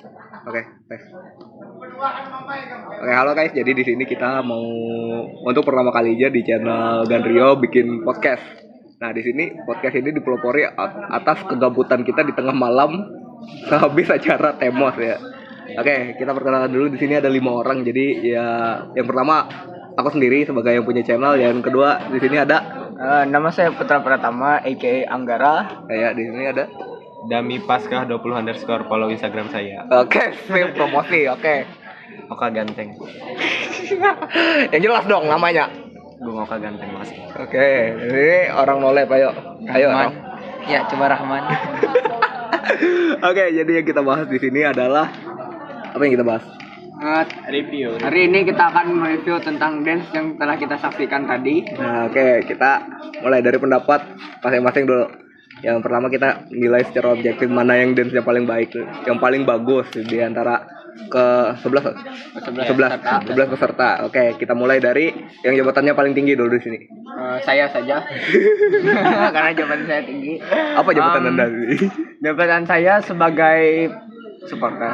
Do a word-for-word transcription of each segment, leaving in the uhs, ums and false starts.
Oke, tes. Oke, halo guys. Jadi di sini kita mau untuk pertama kalinya di channel Ganrio bikin podcast. Nah, di sini podcast ini dipelopori atas kegabutan kita di tengah malam sehabis acara Temos ya. Oke, kita perkenalan dulu. Di sini ada lima orang. Jadi ya, yang pertama aku sendiri sebagai yang punya channel. Yang kedua di sini ada Uh, nama saya Putra Pratama, a k a. Anggara. Kayak di sini ada Dami Paskah dua puluh underscore, follow Instagram saya. Oke, sip, promosi, oke. Oka Ganteng. Yang jelas dong namanya. Gue Oka Ganteng, makasih. Oke, ini orang nolep, ayo. Ayo, Rahman. Ram. Ya, coba Rahman. Oke, jadi yang kita bahas di sini adalah apa yang kita bahas? Uh, Review. hari ini kita akan mereview tentang dance yang telah kita saksikan tadi. Nah, oke, kita mulai dari pendapat masing-masing dulu. Yang pertama kita nilai secara objektif mana yang dance-nya paling baik, yang paling bagus di antara ke sebelas sebelas sebelas peserta. Oke, kita mulai dari yang jabatannya paling tinggi dulu di sini. Uh, saya saja. Karena jabatan saya tinggi. Apa jabatan Um, Anda sih? Jabatan saya sebagai supporter.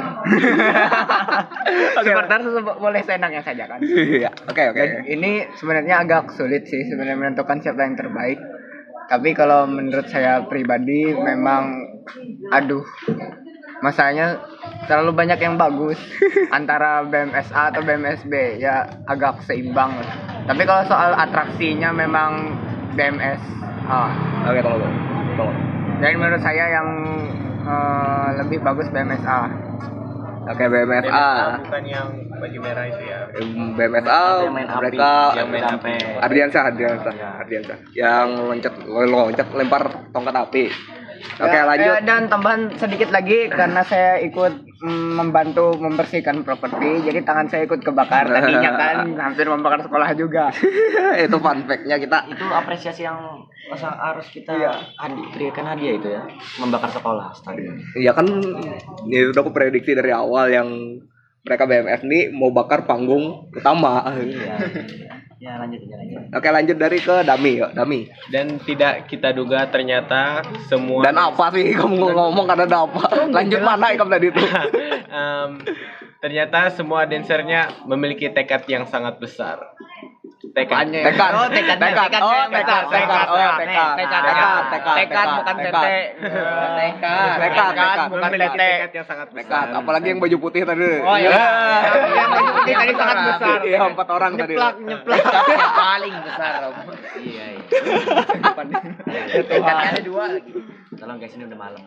Supporter se- boleh seenaknya saja kan. Iya. Oke, oke. Dan ini sebenarnya agak sulit sih sebenarnya menentukan siapa yang terbaik. Tapi kalau menurut saya pribadi memang aduh, masanya terlalu banyak yang bagus antara B M S A atau B M S B, ya agak seimbang. Tapi kalau soal atraksinya memang B M S A. Oke, tunggu dulu. Tunggu. Dan menurut saya yang eh, lebih bagus B M S A. Oke, B M S A. Bukan yang baju merah itu ya. B M S A Yang main api. mereka Yang main api. Ardiansyah, Ardiansyah, Ardiansyah. Yang loncat loncat lempar tongkat api. Oke, Ya, lanjut. eh, dan tambahan sedikit lagi karena saya ikut mm, membantu membersihkan properti, jadi tangan saya ikut kebakar tadinya kan hampir membakar sekolah juga. Itu fun fact-nya kita. Itu apresiasi yang masa harus kita Iya. hadi- berikan hadiah itu ya, membakar sekolah stadion. Iya kan, ini udah aku prediksi dari awal yang mereka B M S ini mau bakar panggung utama. Iya. Ya lanjut aja lanjut. Oke, lanjut dari ke Dami, yuk Dami. Dan tidak kita duga ternyata semua Dan apa sih kamu ngomong karena ada apa? Lanjut mana ikam tadi itu? Em, ternyata semua dancernya memiliki tekad yang sangat besar. Tekad. Tekad. Oh, tekadnya. Tekad. Tekadnya Oh, yang tekad. besar. Tekad. Oh, Tekad. tekad. Tekad. Tekad. Tekad. Tekad bukan Tekad. tete. Tekad. Tekad. Tekad. Tekad. bukan Memiliki tete. tekad yang sangat besar. Tekad. Apalagi yang baju putih tadi. Oh iya. Ya. Yang baju putih tadi sangat besar. Iya, empat orang tadi. Nyeplak, nyeplak. Yang paling besar. Om. Iya iya. Tekadnya ada dua lagi. Tolong guys, ini udah malam.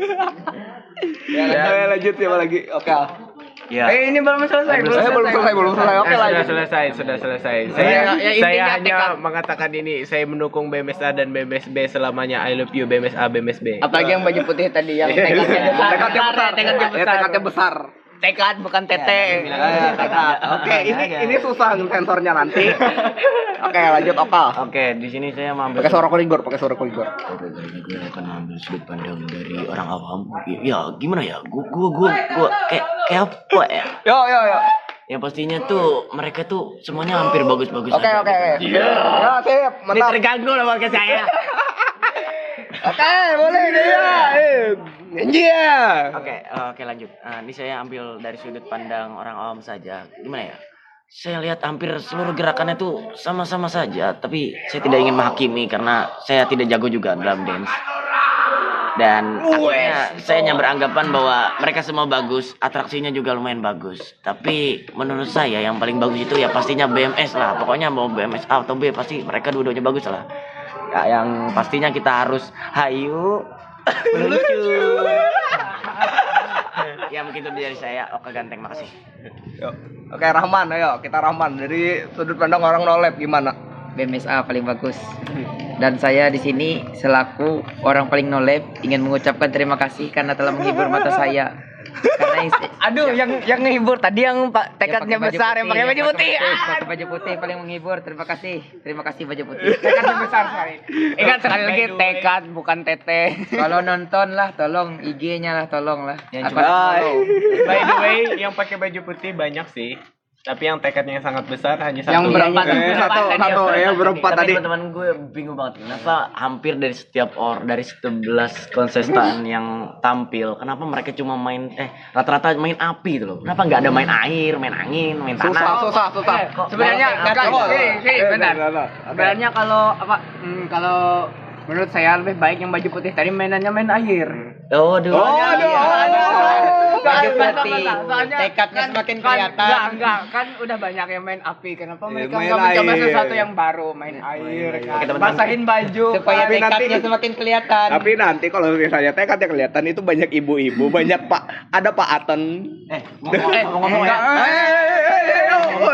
Ya, lanjut, lanjut siapa lagi? Oke. Iya. Eh ini belum selesai. Eh, belum selesai, belum selesai. Oke, Eh, sudah lanjut. selesai, sudah selesai. Ya, Saya, ya, intinya saya hanya tekad. mengatakan ini, saya mendukung B M S A dan B M S B selamanya. I love you B M S A, B M S B. Apalagi yang baju putih tadi yang tekadnya besar. Tekadnya besar. Tekadnya Ya, besar. tekadnya besar. Tekad bukan tete. Eh, tekad. Oke, ini ini susah sensornya nanti. Oke, lanjut Oka. Oke, di sini saya mengambil Pakai suara koligor, pakai suara koligor. Oke, kali ini gue akan mengambil sudut pandang dari orang awam. Ya, gimana ya? Gue gue gue gue kayak kayak apa ya? Yo, yo, yo. Yang pastinya tuh mereka tuh semuanya hampir bagus-bagus. Oke, aja. oke, oke. Ya, sip. Ini Mantap. terganggu loh warga saya. Oke, boleh dia. Iya. Oke, eh, oke lanjut. Nah, ini saya ambil dari sudut pandang orang awam saja. Gimana ya? Saya lihat hampir seluruh gerakannya tuh sama-sama saja, tapi saya tidak ingin menghakimi karena saya tidak jago juga dalam dance. Dan akhirnya saya hanya beranggapan bahwa mereka semua bagus, atraksinya juga lumayan bagus. Tapi menurut saya yang paling bagus itu ya pastinya B M S lah. Pokoknya mau B M S A atau B pasti mereka dua-duanya bagus lah. Ya, yang pastinya kita harus hayu melucu. Ya mungkin itu dari saya. Oke Ganteng, makasih. Yo. Oke, Rahman, ayo kita Rahman dari sudut pandang orang nolep gimana? B M S A paling bagus. Dan saya di sini selaku orang paling nolep ingin mengucapkan terima kasih karena telah menghibur mata saya. Karena yang, aduh yang yang menghibur tadi yang Pak tekadnya besar yang pakai baju putih. Pakai baju putih paling menghibur. Terima kasih. Terima kasih baju putih. Tekadnya besar sekali. Ingat sekali lagi tekad bukan tete. Kalau nonton lah tolong I G-nya lah tolong lah. Yang Apa Bye. By the way, yang pakai baju putih banyak sih. Tapi yang tekadnya sangat besar hanya satu. Yang berempat. Eh, satu satu ya berempat Tapi tadi. teman-teman gue bingung banget kenapa hampir dari setiap or dari sebelas kontestan yang tampil, kenapa mereka cuma main eh rata-rata main api itu loh. Kenapa nggak ada main air, main angin, main tanah? Susah susah susah. Eh, sebenarnya Main enggak, api. sih, sih, Eh, benar. benar, benar. Sebenarnya kalau apa hmm, kalau menurut saya lebih baik yang baju putih tadi mainannya main air. Oh, aduh. Oh, aduh. Baju Soalnya- putih. soalnya Tekadnya kan- semakin kan- kelihatan. Enggak, enggak, kan udah banyak yang main api. Kenapa Eh, mereka main enggak mencoba air. sesuatu yang baru, main air Oke, kan. teman-teman. Basahin baju. Supaya Tapi nanti- tekadnya semakin kelihatan. Tapi nanti kalau misalnya tekad yang kelihatan itu banyak ibu-ibu, banyak Pak, ada Pak Aten. Eh, ngomong-ngomong ya. Eh, eh, eh, eh, oh.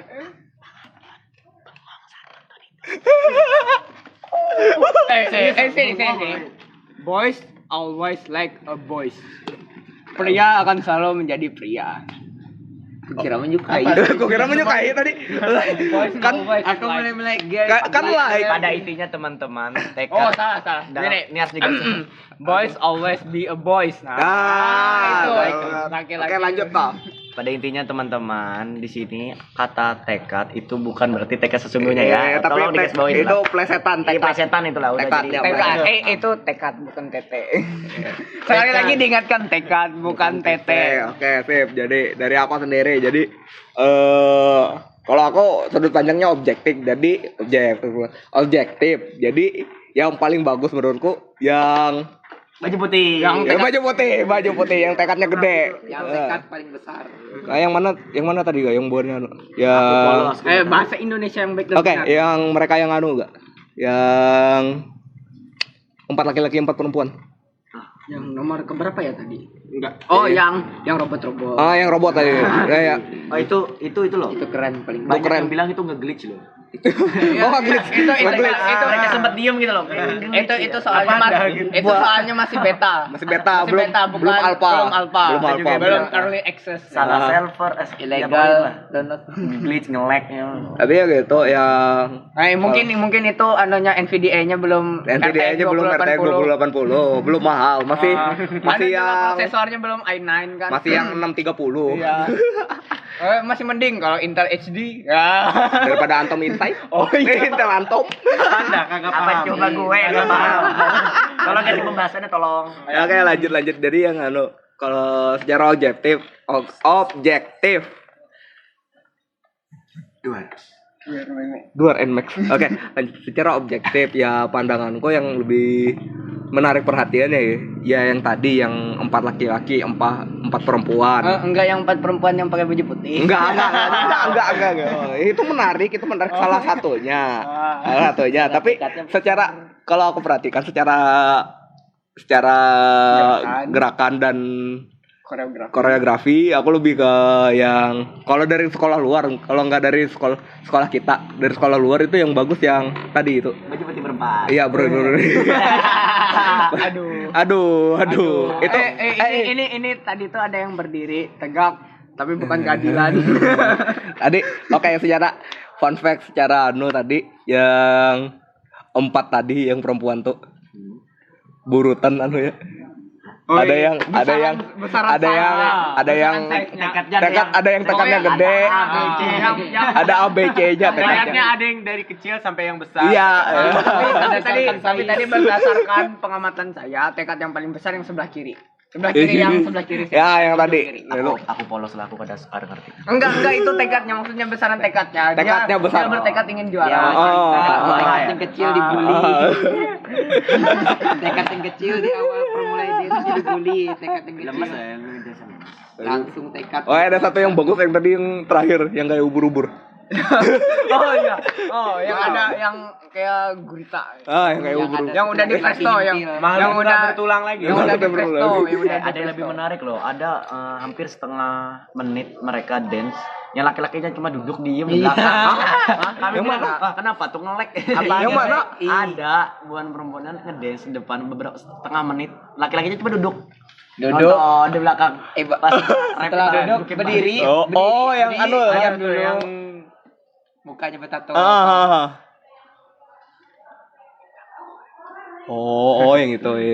Eh, eh, eh, sini, sini, sini. Boys always like a boys. Pria akan selalu menjadi pria. Kira menyukai. Aku kira menyukai tadi. Kan Aku mulai-mulai gay. kan, kan like. Pada intinya teman-teman, tekad. Oh, salah, salah. dalam- Gini. ini harus digaris. Boys always be a boys. Nah, Ah, itu. baik. Laki-laki. Oke, lanjut Pak. Pada intinya teman-teman di sini kata tekad itu bukan berarti tekad sesungguhnya ya. Eh, tapi Tolong te- digarisbawahi itu plesetan Iya, tekad. plesetan itulah udah Tekad, jadi. ya, Tekad, benar. eh itu tekad bukan tete. Sekali lagi diingatkan tekad bukan Oke, tete. oke, sip. Jadi dari aku sendiri, jadi eh kalau aku sudut pandangnya objektif, jadi objektif, objektif. Jadi yang paling bagus menurutku yang Baju putih. Yang yang baju putih, baju putih yang tekadnya gede. Yang Eh, tekad paling besar. Nah, yang mana yang mana tadi gak? Yang buahnya anu? Yang polos. Eh bahasa Indonesia yang baik dan Oke, benar. yang mereka yang anu gak? Yang empat laki-laki empat perempuan. Yang nomor keberapa ya tadi? Enggak. Oh, yang yang robot-robot. Ah, yang robot tadi. Ya, ya. Oh itu itu itu loh. Itu keren paling Banyak keren. yang bilang itu nge-glitch loh. Oh, glitch. itu itu Glitch. itu Mereka sempat diem gitu loh. itu itu soalnya mas, itu soalnya masih beta. Masih beta, Masih belum beta, bukan belum alpha. belum alpha. Belum Ada alpha. juga yang Belum bilang, early access. Salah Ah. server, eh, ya, ilegal pokoknya lah. download. Glitch, nge-lag ya. Tapi ya gitu yang Nah, mungkin mungkin itu anunya N V D A-nya belum N V D A-nya belum R T X dua puluh delapan puluh, belum mahal, masih masih Ada juga yang prosesornya belum i sembilan kan. masih yang enam tiga puluh. Iya. Eh, masih mending kalau Intel H D. Ya. Daripada Atom Insight. Oh, iya. Intel Atom. Anda kagak Apa paham. coba gue nggak paham. Tolong ganti pembahasannya tolong. Ya, oke, lanjut lanjut dari yang anu kalau secara objektif ob- objektif Duar N Max. Oke, lanjut. Secara objektif ya pandanganku yang lebih menarik perhatiannya ya, ya yang tadi yang empat laki-laki, empat empat perempuan. Eh, enggak yang empat perempuan yang pakai baju putih. Enggak, enggak, enggak, enggak, enggak, enggak, enggak. Oh, itu menarik, itu menarik salah satunya. Salah satunya, tapi secara kalau aku perhatikan secara secara gerakan dan Koreografi. koreografi aku lebih ke yang kalau dari sekolah luar, kalau nggak dari sekolah sekolah kita, dari sekolah luar itu yang bagus yang tadi itu. Baju putih berempat. Iya, bro, bro, bro. Aduh. Aduh, aduh. Itu eh, eh, ini, ini ini tadi tuh ada yang berdiri tegak tapi bukan keadilan. tadi oke secara fun fact secara anu tadi yang empat tadi yang perempuan tuh burutan anu ya. Oh, ada iya. yang ada Besaran- yang besaran ada yang saya. ada yang Besaran size-nya. Tekadnya tekad ada yang tekadnya Pokoknya gede, ada A, B, C, yang- yang- ada A B C nya Tekadnya tekadnya. ada yang dari kecil sampai yang besar. Iya. tapi, tapi tadi Berdasarkan tapi size. tadi berdasarkan pengamatan saya tekad yang paling besar yang sebelah kiri. Sebelah kiri yang sebelah kiri. Ya, yang tadi. Aku, aku polos lah, aku pada suka ngerti. Enggak, enggak itu tekadnya, maksudnya besaran tekadnya. Dia- Tekadnya besar. Dia bertekad ingin juara. Ya, Oh. tekad yang kecil dibully. Ah. Tekad yang kecil di awal permulaan dia itu dibully. Tekad yang kecil Lemes ya yang gede sama. langsung tekad. Oh, ada satu yang bagus yang tadi yang terakhir yang kayak ubur-ubur. Oh iya. Oh, yang ada yang kayak gurita. Ah, yang kayak Yang ubur-ubur. ada- Yang udah di presto yang Makhluk yang udah udah bertulang lagi. Yang udah di Udah presto, berulang. yang udah Eh, di ada yang presto. lebih menarik loh. Ada eh, hampir setengah menit mereka dance. Yang laki-lakinya cuma duduk diem di belakang. Hah? Kami Yang bilang, mana? "Ah, kenapa tuh ngelek?" Yang mana? Ada bukan perempuan ngedance di depan beberapa setengah menit. Laki-lakinya cuma duduk. Duduk. Nonton di belakang. Eh, Ba- Pas setelah rap- duduk dudukin berdiri. Oh, berdiri, oh yang berdiri, anu ayam yang dulu. yang Mukanya bertato. ah, ah, ah. Oh, oh yang itu iya.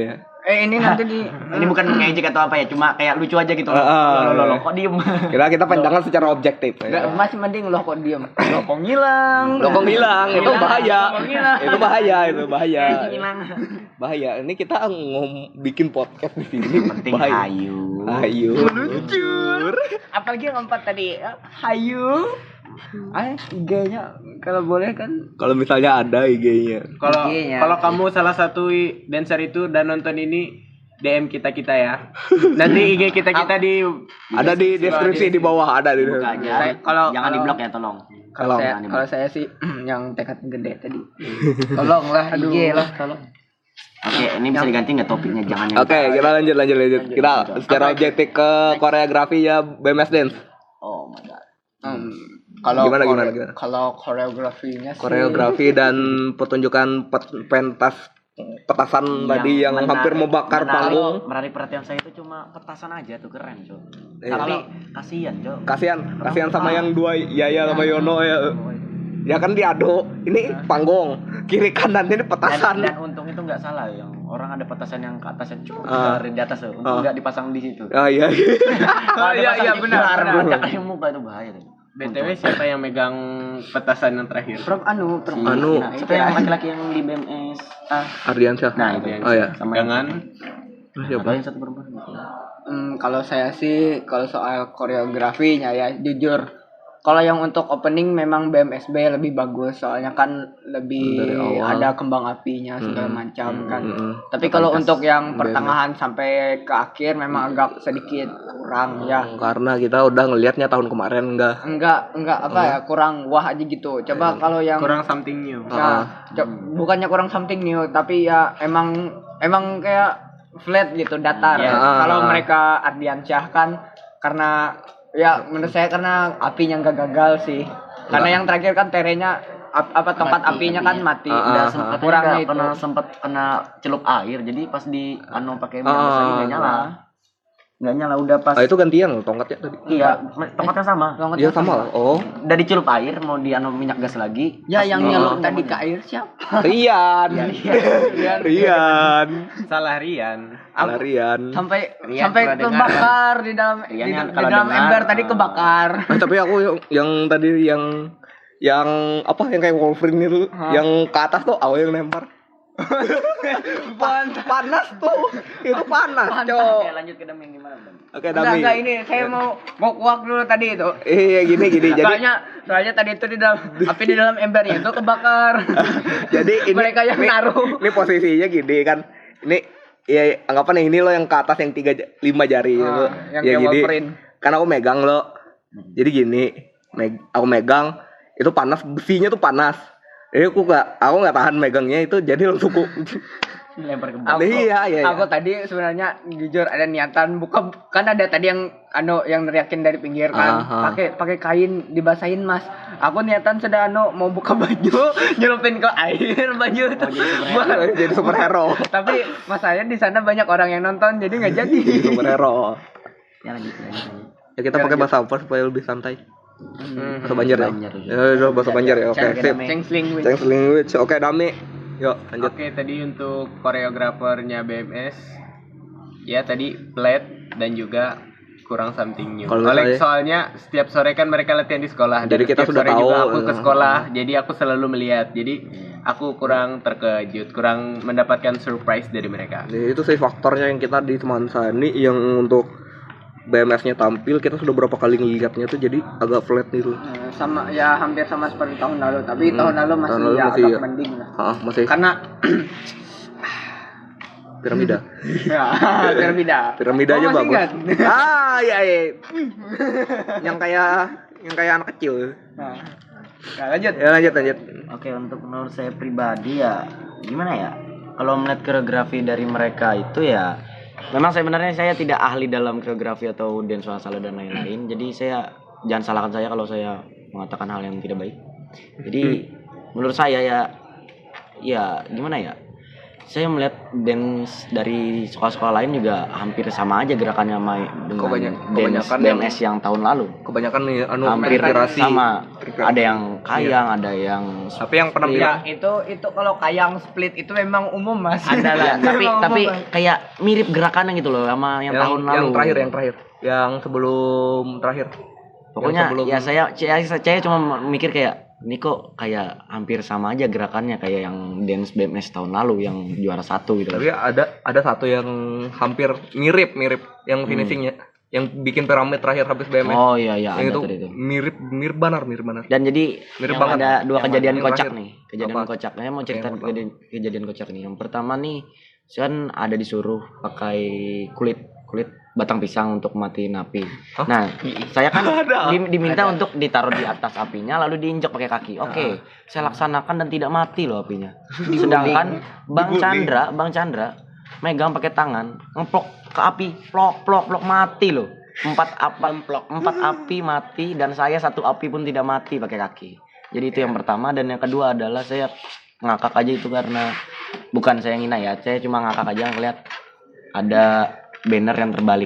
Eh ini nanti di Ini bukan mengejek atau apa ya, cuma kayak lucu aja gitu. Ah, ah, Loh, loh, loh, iya. kok diem? Kira kita pandangan secara objektif. Enggak, Ya. masih mending loh kok diem. Loh kok ngilang. Lo kok hilang? Itu Hilang. bahaya. Kok hilang. Itu bahaya, itu bahaya. Hilang. Bahaya. Ini kita ngom bikin podcast di sini. Penting bahaya. hayu. Ayo. Meluncur. Apalagi yang keempat tadi. Hayu. Ah, I G-nya kalau boleh kan. Kalau misalnya ada I G-nya. Kalau Iya. kalau kamu salah satu i- dancer itu dan nonton ini D M kita kita ya. Nanti I G kita kita di Ada di deskripsi di bawah, ada di Buka aja. Saya- kalau- Jangan kalau- di blok ya, tolong. Kalau Tolong. saya kalau saya sih yang tekad gede tadi. Tolonglah I G lah, tolong. Oke, ini bisa diganti nggak topiknya? Jangan yang Oke, kita lanjut lanjut lanjut. Kita secara objektif ke koreografi ya B M S Dance. Oh my god. Hmm, kalau Gimana, kore- gimana, gimana? Kalau koreografinya sih Koreografi dan pertunjukan pet- pentas petasan tadi yang menarik- hampir membakar menarik- panggung. Menarik perhatian saya itu cuma petasan aja tuh, keren, Cok. Iya. Tapi kasihan, Cok. Kasihan, kasihan sama yang dua Yaya sama Yono ya. Ya kan diaduk. Ini panggung, kiri kanan ini Dan, petasan. dan untung itu nggak salah, yang orang ada petasan yang ke atas yang cukup Ah. dari di atas tuh, untung Ah. nggak dipasang di situ. Ah iya. Oh iya iya benar. Ada kayak muka itu bahaya tuh. B T W siapa yang megang petasan yang terakhir? Prof anu, Prof Si- Anu. nah, siapa yang laki-laki yang di B M S? Ah, Ardiansyah. nah itu. Oh ya. Sama Jangan Siapa? Atau yang satu perempuan. Hmm, kalau saya sih kalau soal koreografinya ya jujur kalau yang untuk opening memang B M S B lebih bagus soalnya kan lebih Dari awal. ada kembang apinya segala macam kan. Mm-mm. Tapi kalau untuk yang B M S. pertengahan sampai ke akhir memang agak sedikit kurang ya. Karena kita udah ngelihatnya tahun kemarin enggak. Enggak, enggak apa ya, kurang wah aja gitu. Coba kalau yang kurang something new. Nah, co- bukannya kurang something new, tapi ya emang emang kayak flat gitu, datar. Yes. Kalau Ah. mereka Ardiansyah kan karena ya menurut saya karena apinya nggak gagal sih. Karena yang terakhir kan terenya ap- apa tempat Mati, apinya apinya. kan mati. Ah, Udah ah, sempat ah. kurangnya Kurangnya itu. karena sempat kena celup air, jadi pas di anu pakai Ah, minyak lagi nggak nyala. Nggak nyala udah pas. Ah itu gantian loh tongkatnya tadi. Iya, tempatnya sama. Longotnya Iya sama lah. Oh. Udah dicelup air, mau di anu minyak gas lagi. Ya pas yang di- nyeluk Oh, tadi ke namanya. air siapa? Rian. Rian. Rian. Salah Rian. Salah Rian. Sampai Rian sampai pernah dengar, terbakar di dalam Rian di, yang di kalau dalam dengar, ember tadi ah. kebakar. Eh, tapi aku yang, yang tadi yang yang apa yang kayak Wolverine itu yang ke atas tuh awal yang lempar. Pan- panas tuh. Itu panas, Oke, Cok. lanjut ke Dami gimana, Dam? Oke, Enggak, Dami. enggak ini saya mau mau kuak dulu tadi itu. Iya, gini gini. Jadi soalnya soalnya tadi itu di dalam api di dalam embernya itu kebakar. jadi ini Mereka yang ini, naruh. Ini posisinya gini kan. Ini ya anggapan yang ini lo yang ke atas yang tiga ja- lima jari Ah, gitu. yang Ya kayak jadi Wolverine. kan aku megang lo. Jadi gini, meg- aku megang itu panas, besinya tuh panas. Jadi aku gak, aku nggak tahan megangnya itu jadi langsung ku, Lempar ke Aku, Iya, iya, iya. aku tadi sebenarnya jujur ada niatan buka kan ada tadi yang anu yang neriakin dari pinggir kan Aha. pakai pakai kain dibasahin mas. Aku niatan sudah anu mau buka baju nyelupin ke air baju itu. Buat- jadi superhero. Tapi masanya di sana banyak orang yang nonton jadi nggak jadi. Jadi superhero. Ya lanjut, lanjut, lanjut. Ya kita pakai bahasa apa supaya lebih santai? Bahasa Banjar ya. Banjar, Ya udah bahasa Banjar ya. Oke, Ceng- sip. Ceng sling wih. Thanks language. Oke, Dami. Yuk, lanjut. Oke, tadi untuk koreografernya B M S ya tadi flat dan juga kurang something new. Kalau Oleh saya- soalnya setiap sore kan mereka latihan di sekolah. Jadi dan kita setiap sudah sore tahu, juga aku ke eh. sekolah. Jadi aku selalu melihat. Jadi aku kurang terkejut, kurang mendapatkan surprise dari mereka. Jadi itu sih faktornya yang kita di Semansani yang untuk B M S-nya tampil kita sudah berapa kali ngeliatnya tuh jadi agak flat gitu. Eh, sama ya hampir sama seperti tahun lalu tapi Hmm, tahun lalu masih tahun lalu ya masih agak ya. mending lah. Ah, masih Karena piramida. ya berbeda. Piramida aja Oh, masih bagus. ingat? Ah, iya iya. yang kayak yang kayak anak kecil. Nah, nah, lanjut. Ya lanjut lanjut. Oke, untuk menurut saya pribadi ya gimana ya? Kalau melihat koreografi dari mereka itu ya memang sebenarnya saya tidak ahli dalam koreografi atau dance wasala dan lain-lain. Jadi saya jangan salahkan saya kalau saya mengatakan hal yang tidak baik. Jadi menurut saya ya ya gimana ya? saya melihat dance dari sekolah-sekolah lain juga hampir sama aja gerakannya sama dengan Kebanyak- dance kebanyakan B M S yang- yang tahun lalu. Kebanyakan nih anu Hampir terinspirasi. sama. Terinspirasi. Ada yang kayang, ada yang Tapi yang penampilan Ya itu itu kalau kayang split itu memang umum mas. ada lah. tapi Memang tapi umum, Mas. kayak mirip gerakannya gitu loh sama yang, tahun lalu. yang terakhir yang terakhir yang sebelum terakhir Pokoknya Yang sebelum- ya saya, saya saya cuma mikir kayak ini kok kayak hampir sama aja gerakannya kayak yang dance B M S tahun lalu yang juara satu gitu. tapi ada ada satu yang hampir mirip mirip yang finishingnya yang bikin piramid terakhir habis B M S Oh iya iya yang ada itu tadi itu. mirip mirip banar mirip banar Dan jadi Mirip yang banget. ada dua Yang kejadian yang kocak terakhir. nih. Kejadian Apa? kocak. Saya mau cerita Yang pertama. kejadian, kejadian kocak nih. Yang pertama nih, saya kan ada disuruh pakai kulit kulit batang pisang untuk matiin api. Hah? Nah, saya kan Ada. di- diminta untuk ditaruh di atas apinya lalu diinjak pakai kaki. Oke, saya laksanakan dan tidak mati loh apinya. Sedangkan Bang Diguling. Chandra, Bang Chandra megang pakai tangan, ngeplok ke api, plok plok plok mati loh. Empat apa empat api mati dan saya satu api pun tidak mati pakai kaki. Jadi itu yang pertama dan yang kedua adalah saya ngakak aja itu karena bukan saya yang hina ya, saya cuma ngakak aja ngeliat ada banner yang terbalik.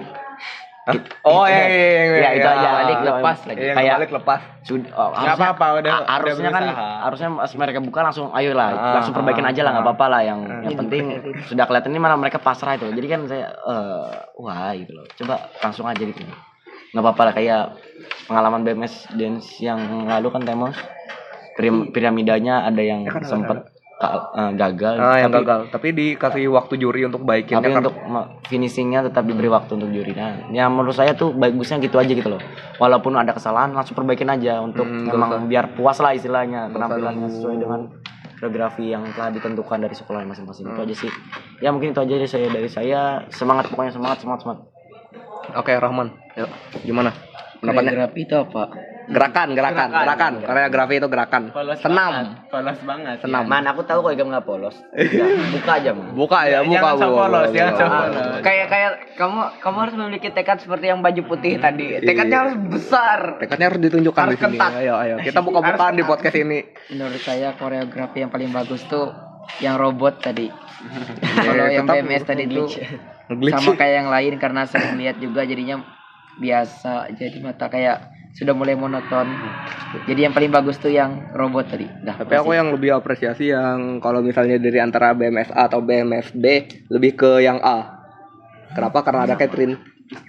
oh iya iya iya, Ya, itu aja. balik, lepas lagi. Iya, Kayak- balik lepas Sudah, oh, Nggak harusnya, apa-apa, udah- a- udah harusnya kan berusaha. harusnya pas mereka buka langsung ayo lah, Ah, langsung perbaikin ah, aja lah nggak ah. apa-apa lah yang yang penting sudah kelihatan ini malah mereka pasrah itu. Jadi kan saya eh wah gitu loh. Coba langsung aja gitu. Nggak apa-apa lah kayak pengalaman B M S dance yang lalu kan Temos Piram- piramidanya ada yang sempet ka- eh, gagal ah yang tapi- gagal tapi dikasih waktu juri untuk baikin tapi ya, untuk ma- finishingnya tetap diberi waktu untuk juri. Nah, ya menurut saya tuh bagusnya gitu aja gitu loh. Walaupun ada kesalahan langsung perbaikin aja untuk Hmm, nggak memang usah. biar puas lah istilahnya Nggak usah penampilannya nunggu. sesuai dengan koreografi yang telah ditentukan dari sekolah masing-masing. Itu aja sih. Ya mungkin itu aja dari saya dari saya. Semangat pokoknya semangat semangat semangat. oke Rahman yuk gimana pendapatnya Koreografi itu apa? gerakan gerakan gerakan koreografi itu gerakan senam Polos banget. Senam. Man, aku tahu kok Igam nggak polos. Udah, buka aja, Man. buka ya buka Jangan sok Bu. polos, jangan sok Buka. polos. Kayak kayak kamu kamu harus memiliki tekad seperti yang baju putih tadi. Tekadnya harus besar. tekadnya harus ditunjukkan Harus di sini ketat. ayo ayo kita buka-bukaan di podcast ini Menurut saya koreografi yang paling bagus tuh yang robot tadi. Ya, Kalau yang B tetap M S tadi tuh ngeglitch. sama kayak yang lain karena sering lihat juga jadinya biasa jadi mata kayak sudah mulai monoton. Jadi yang paling bagus tuh yang robot tadi. Dah. Tapi aku yang lebih apresiasi yang kalau misalnya dari antara B M S A atau B M S B lebih ke yang A. Kenapa? Karena ada Catherine.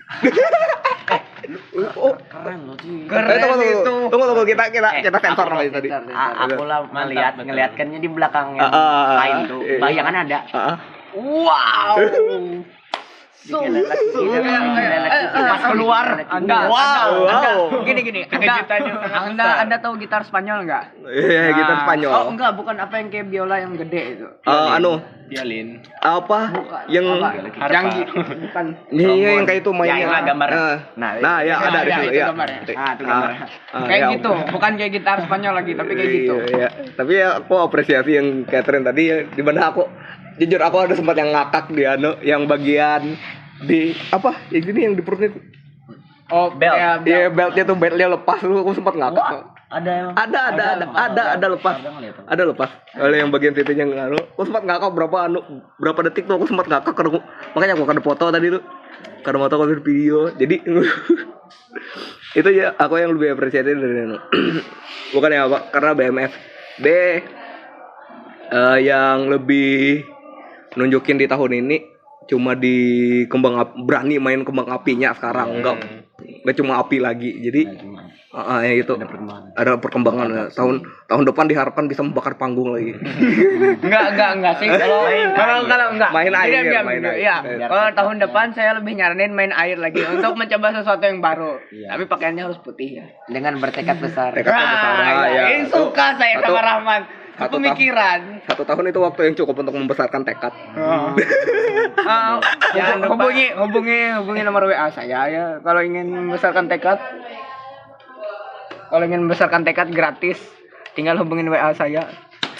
oh, Keren loh cuy. eh, tunggu, tunggu, tunggu, tunggu, kita kita kita sensor namanya tadi. A- aku lah melihat ngelihatkannya di belakang yang Ah, ah, ah, lain tuh. iya. Bayangannya ada. Ah, ah. Wow. So, so, pas keluar, anda, Wow, anda, anda, wow. gini gini, anda, anda, anda tahu gitar Spanyol nggak? Iya, kita Oh Spanyol. enggak, bukan apa yang kayak biola yang gede itu. Eh, anu, Violin. apa? Yang Apa? Yang gi- bukan. Iya, iya, yang kayak itu mainnya. Yang lah gambar. Nah, Nah, nah, ya ada di ya, situ itu ya. gambarnya. Ah, itu gambarnya. Ah, Kayak ya. gitu, bukan kayak gitar Spanyol lagi, tapi kayak gitu. Iya, iya. Tapi ya aku apresiasi yang Catherine tadi ya, di mana aku jujur aku ada sempat yang ngakak di anu yang bagian di apa? Yang ini yang di perut itu. Oh, Belt. kayak belt. Iya, beltnya tuh beltnya lepas lu aku sempat ngakak. Ada yang Ada ada ada ada ada lepas. Ada lepas. Kalau yang bagian situnya yang anu, aku sempat ngakak berapa anu berapa detik tuh aku sempat ngakak karena makanya aku ada foto tadi tuh. Karena foto aku ada video. Jadi itu ya aku yang lebih apresiasi dari anu. Bukan ya apa? Karena B M F B eh, yang lebih nunjukin di tahun ini cuma di kembang api, berani main kembang apinya sekarang enggak enggak cuma api lagi. Jadi ah ya itu ada perkembangan ya. tahun tahun depan diharapkan bisa membakar panggung lagi. Enggak, enggak, enggak sih. Kalau kalau kalau enggak. Main air, Diam, diam, main diam. air. Iya. Kalau tahun depan saya lebih nyaranin main air lagi untuk mencoba sesuatu yang baru. Tapi pakaiannya harus putih ya. Dengan bertekad besar. Tekadnya besar. Ah, Ah, ya. ya. Ini suka saya Satu- sama Rahman. satu Pemikiran. Satu tahun itu waktu yang cukup untuk membesarkan tekad. Ah, Jangan lupa. hubungi hubungi hubungi nomor W A saya ya kalau ingin membesarkan tekad. Kalau ingin membesarkan tekad gratis, tinggal hubungin W A saya.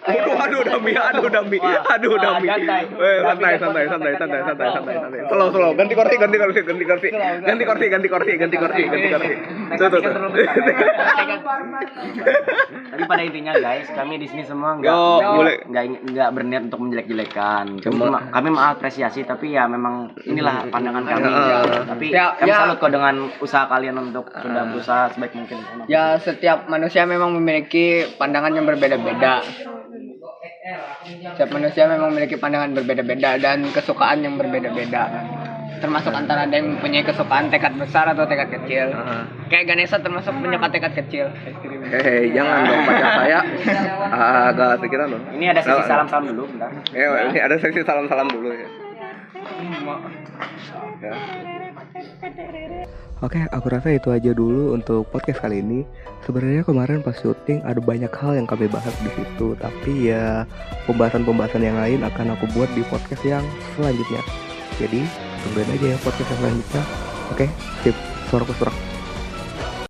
Aduh, aduh Dami, aduh Dami, aduh Dami. Eh, santai, santai, santai, santai, santai, santai, santai. Slow, slow. Ganti kursi, ganti kursi, ganti kursi. Ganti kursi, ganti kursi, ganti kursi, ganti kursi. Tuh, tuh, tuh. Tapi pada intinya guys, kami di sini semua nggak Yo, boleh. nggak nggak berniat untuk menjelek-jelekan. Kami, Cuma- kami mengapresiasi, tapi ya memang inilah pandangan kami. Ya. Tapi Ya, kami ya. salut kok dengan usaha kalian untuk sudah berusaha sebaik mungkin. Ya setiap manusia memang memiliki pandangan yang berbeda-beda. Setiap manusia memang memiliki pandangan berbeda-beda dan kesukaan yang berbeda-beda. Termasuk antara ada yang punya kesukaan tekad besar atau tekad kecil. Kayak Ganesha termasuk punya tekad kecil. Hei, jangan dong pacar saya. Agak sekitar dong. Ini ada sesi salam-salam dulu, bentar. Eh, ini ada sesi salam-salam dulu ya. Ya. Oke, aku rasa itu aja dulu untuk podcast kali ini. Sebenarnya kemarin pas syuting ada banyak hal yang kami bahas di situ, tapi ya pembahasan-pembahasan yang lain akan aku buat di podcast yang selanjutnya. Jadi tungguin aja ya podcast yang selanjutnya. Oke, sip. Suaraku serak.